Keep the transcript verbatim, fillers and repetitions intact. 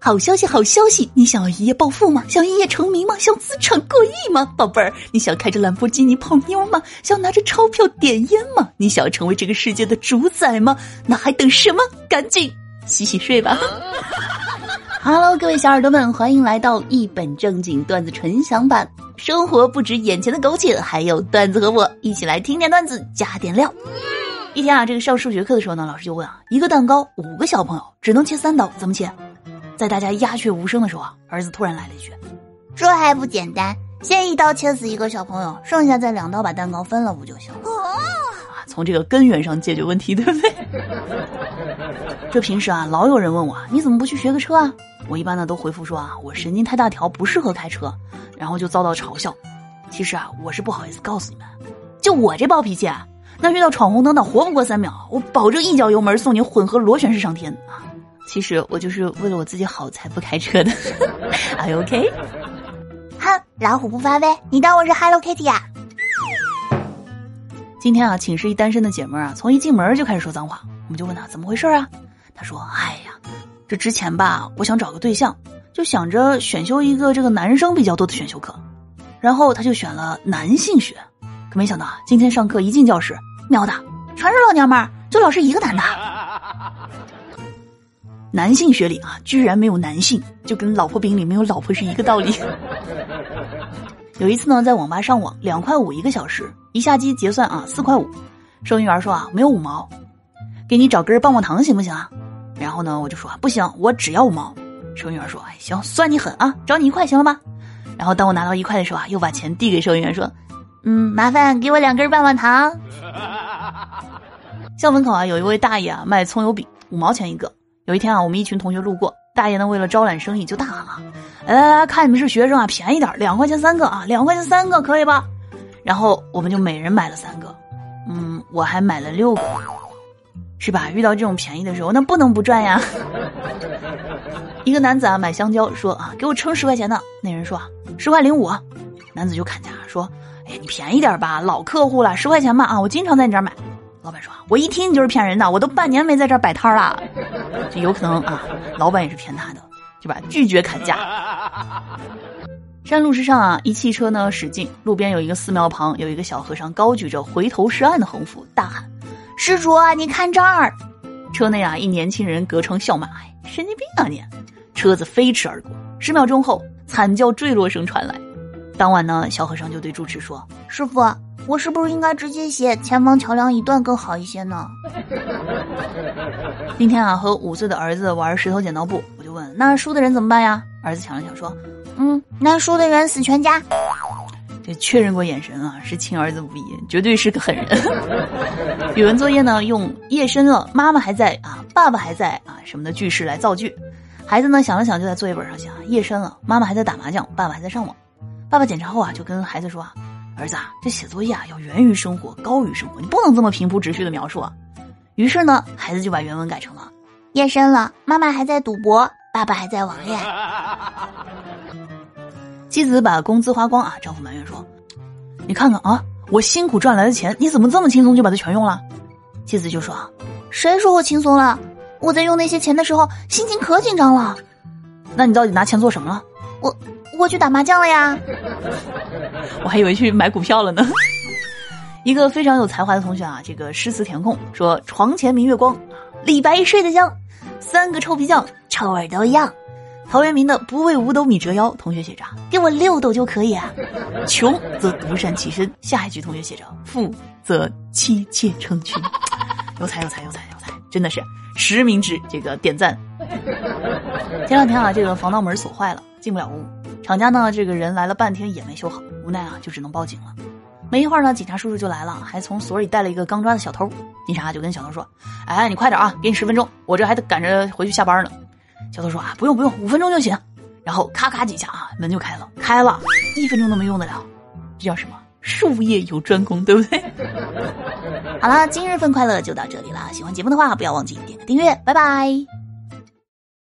好消息，好消息！你想要一夜暴富吗？想一夜成名吗？想资产过亿吗？宝贝儿，你想开着兰博基尼泡妞吗？想拿着钞票点烟吗？你想要成为这个世界的主宰吗？那还等什么？赶紧洗洗睡吧。Hello， 各位小耳朵们，欢迎来到一本正经段子纯享版。生活不止眼前的苟且，还有段子和我一起来听点段子，加点料。一天啊，这个上数学课的时候呢，老师就问啊，一个蛋糕五个小朋友只能切三刀，怎么切？在大家鸦雀无声的时候啊，儿子突然来了一句：“ 这还不简单，先一刀切死一个小朋友，剩下再两刀把蛋糕分了不就行了？” 啊，从这个根源上解决问题，对不对？这平时啊，老有人问我啊，你怎么不去学个车啊？我一般呢都回复说啊，我神经太大条，不适合开车，然后就遭到嘲笑。其实啊，我是不好意思告诉你们，就我这暴脾气啊，那遇到闯红灯的活不过三秒，我保证一脚油门送你混合螺旋式上天啊！其实我就是为了我自己好才不开车的。Are you OK？ 哼，老虎不发威，你当我是 Hello Kitty 啊？ 今天啊，寝室一单身的姐妹啊，从一进门就开始说脏话，我们就问她怎么回事啊？她说：“哎呀，这之前吧，我想找个对象，就想着选修一个这个男生比较多的选修课，然后她就选了男性学，可没想到今天上课一进教室，喵的，全是老娘们儿，就老师一个男的。”男性学里啊，居然没有男性，就跟老婆饼里没有老婆是一个道理。有一次呢，在网吧上网，两块五一个小时，一下机结算啊，四块五。收银员说啊，没有五毛，给你找根棒棒糖行不行啊？然后呢，我就说不行，我只要五毛。收银员说，哎，行，算你狠啊，找你一块行了吧？然后当我拿到一块的时候啊，又把钱递给收银员说，嗯，麻烦给我两根棒棒糖。校门口啊，有一位大爷啊，卖葱油饼，五毛钱一个。有一天啊，我们一群同学路过，大爷呢为了招揽生意就大喊了，来来来，看你们是学生啊，便宜点，两块钱三个啊，两块钱三个可以吧？然后我们就每人买了三个，嗯，我还买了六个，是吧？遇到这种便宜的时候，那不能不赚呀。一个男子啊买香蕉说啊，给我称十块钱的，那人说啊，十块零五，男子就砍价说，哎，你便宜点吧，老客户了，十块钱吧啊，我经常在你这儿买。老板说，我一听你就是骗人的，我都半年没在这儿摆摊了。就有可能啊，老板也是骗他的，对吧？拒绝砍价。山路之上啊，一汽车呢驶近，路边有一个寺庙旁有一个小和尚高举着回头是岸的横幅，大喊，施主啊，你看这儿。车内啊，一年轻人隔窗笑骂，哎，神经病啊你。车子飞驰而过，十秒钟后惨叫坠落声传来。当晚呢，小和尚就对住持说， 师傅，我是不是应该直接写前方桥梁一段更好一些呢？ 今天啊，和五岁的儿子玩石头剪刀布，我就问，那输的人怎么办呀？儿子想了想说， 嗯，那输的人死全家。 这确认过眼神啊，是亲儿子无疑，绝对是个狠人。语文作业呢，用夜深了，妈妈还在啊，爸爸还在啊什么的句式来造句。孩子呢想了想，就在作业本上写啊，夜深了，妈妈还在打麻将，爸爸还在上网。爸爸检查后啊，就跟孩子说啊，儿子啊，这写作业啊要源于生活，高于生活，你不能这么平铺直叙的描述啊。于是呢，孩子就把原文改成了， 夜深了，妈妈还在赌博，爸爸还在网恋。 妻子把工资花光啊，丈夫埋怨说，你看看啊，我辛苦赚来的钱，你怎么这么轻松就把它全用了？妻子就说啊， 谁说我轻松了？我在用那些钱的时候，心情可紧张了。 那你到底拿钱做什么了？ 我我去打麻将了呀。 我还以为去买股票了呢。一个非常有才华的同学啊，这个诗词填空说，床前明月光，李白睡得香，三个臭皮匠臭味都一样。陶渊明的不为五斗米折腰，同学写着给我六斗就可以啊。穷则独善其身，下一句同学写着富则妻妾成群。有才有才有才有才，真的是实名制这个点赞。前两天啊，这个防盗门锁坏了，进不了屋。厂家呢，这个人来了半天也没修好，无奈啊，就只能报警了。没一会儿呢，警察叔叔就来了，还从所里带了一个刚抓的小偷。警察就跟小偷说，哎，你快点啊，给你十分钟，我这还得赶着回去下班呢。小偷说啊，不用不用，五分钟就行。然后咔咔几下啊，门就开了，开了，一分钟都没用得了。这叫什么？术业有专攻，对不对？好了，今日份快乐就到这里了。喜欢节目的话，不要忘记点个订阅，拜拜。